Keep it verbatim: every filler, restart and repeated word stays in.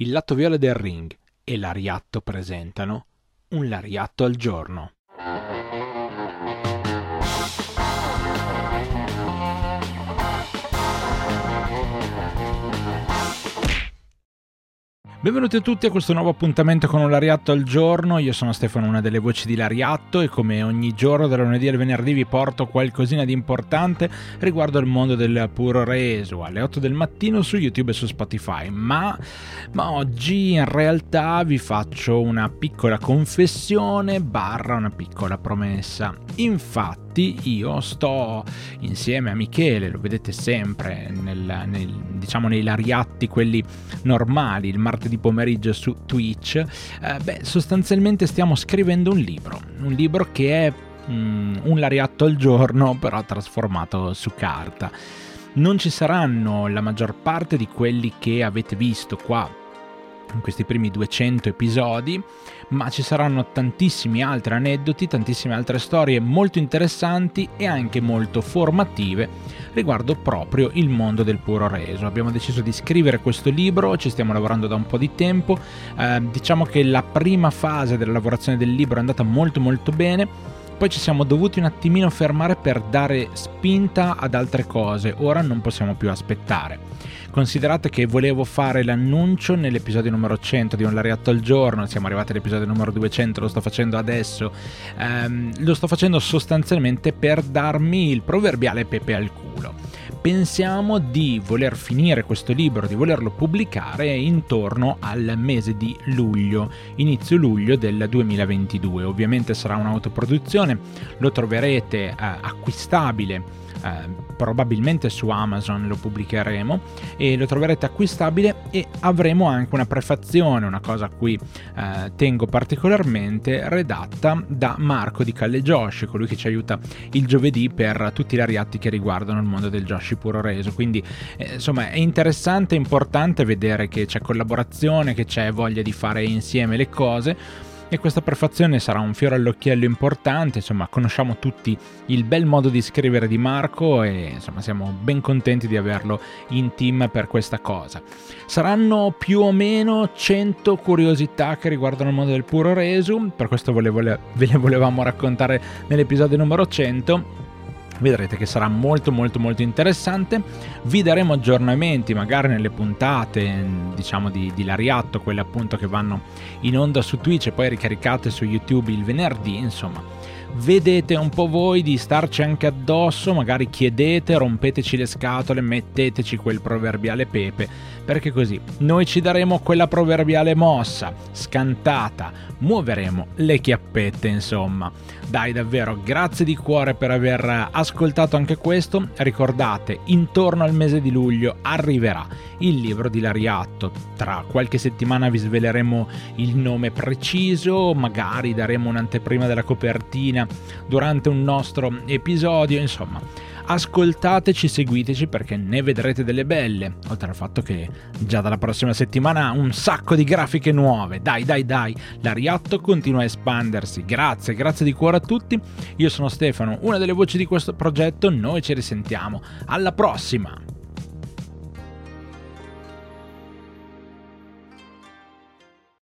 il lato viola del ring e l'Ariatto presentano Un Lariatto al giorno. Benvenuti a tutti a questo nuovo appuntamento con Un Lariatto al giorno. Io sono Stefano, una delle voci di Lariatto, e come ogni giorno dal lunedì al venerdì vi porto qualcosina di importante riguardo al mondo del puro reso alle otto del mattino su YouTube e su Spotify. Ma, ma oggi in realtà vi faccio una piccola confessione barra una piccola promessa. Infatti io sto insieme a Michele, lo vedete sempre nel, nel, diciamo nei Lariatti quelli normali, il martedì pomeriggio su Twitch, eh, beh, sostanzialmente stiamo scrivendo un libro, un libro che è mm, un Lariatto al giorno, però trasformato su carta. Non ci saranno la maggior parte di quelli che avete visto qua in questi primi duecento episodi, ma ci saranno tantissimi altri aneddoti, tantissime altre storie molto interessanti e anche molto formative riguardo proprio il mondo del puro reso. Abbiamo deciso di scrivere questo libro, ci stiamo lavorando da un po' di tempo, eh, diciamo che la prima fase della lavorazione del libro è andata molto molto bene. Poi ci siamo dovuti un attimino fermare per dare spinta ad altre cose, ora non possiamo più aspettare. Considerate che volevo fare l'annuncio nell'episodio numero cento di Un Lariatto al giorno, siamo arrivati all'episodio numero duecento, lo sto facendo adesso, ehm, lo sto facendo sostanzialmente per darmi il proverbiale pepe al culo. Pensiamo di voler finire questo libro, di volerlo pubblicare intorno al mese di luglio, inizio luglio del duemilaventidue. Ovviamente sarà un'autoproduzione, lo troverete eh, acquistabile, eh, probabilmente su Amazon lo pubblicheremo e lo troverete acquistabile, e avremo anche una prefazione, una cosa a cui eh, tengo particolarmente, redatta da Marco di Calle Joshi, colui che ci aiuta il giovedì per tutti i lariatti che riguardano il mondo del Joshi puro reso. Quindi eh, insomma è interessante, è importante vedere che c'è collaborazione, che c'è voglia di fare insieme le cose, e questa prefazione sarà un fiore all'occhiello importante. Insomma, conosciamo tutti il bel modo di scrivere di Marco e insomma siamo ben contenti di averlo in team per questa cosa. Saranno più o meno cento curiosità che riguardano il mondo del puro reso, per questo volevo, ve le volevamo raccontare nell'episodio numero cento. Vedrete che sarà molto molto molto interessante. Vi daremo aggiornamenti magari nelle puntate, diciamo, di, di Lariatto, quelle appunto che vanno in onda su Twitch e poi ricaricate su YouTube il venerdì. Insomma, vedete un po' voi di starci anche addosso, magari chiedete, rompeteci le scatole, metteteci quel proverbiale pepe, perché così noi ci daremo quella proverbiale mossa, scantata, muoveremo le chiappette, insomma. Dai, davvero, grazie di cuore per aver ascoltato anche questo. Ricordate, intorno al mese di luglio arriverà il libro di Lariatto. Tra qualche settimana vi sveleremo il nome preciso, magari daremo un'anteprima della copertina durante un nostro episodio. Insomma, ascoltateci, seguiteci, perché ne vedrete delle belle, oltre al fatto che già dalla prossima settimana un sacco di grafiche nuove. Dai dai dai, Lariatto continua a espandersi. Grazie, grazie di cuore a tutti. Io sono Stefano, una delle voci di questo progetto. Noi ci risentiamo alla prossima.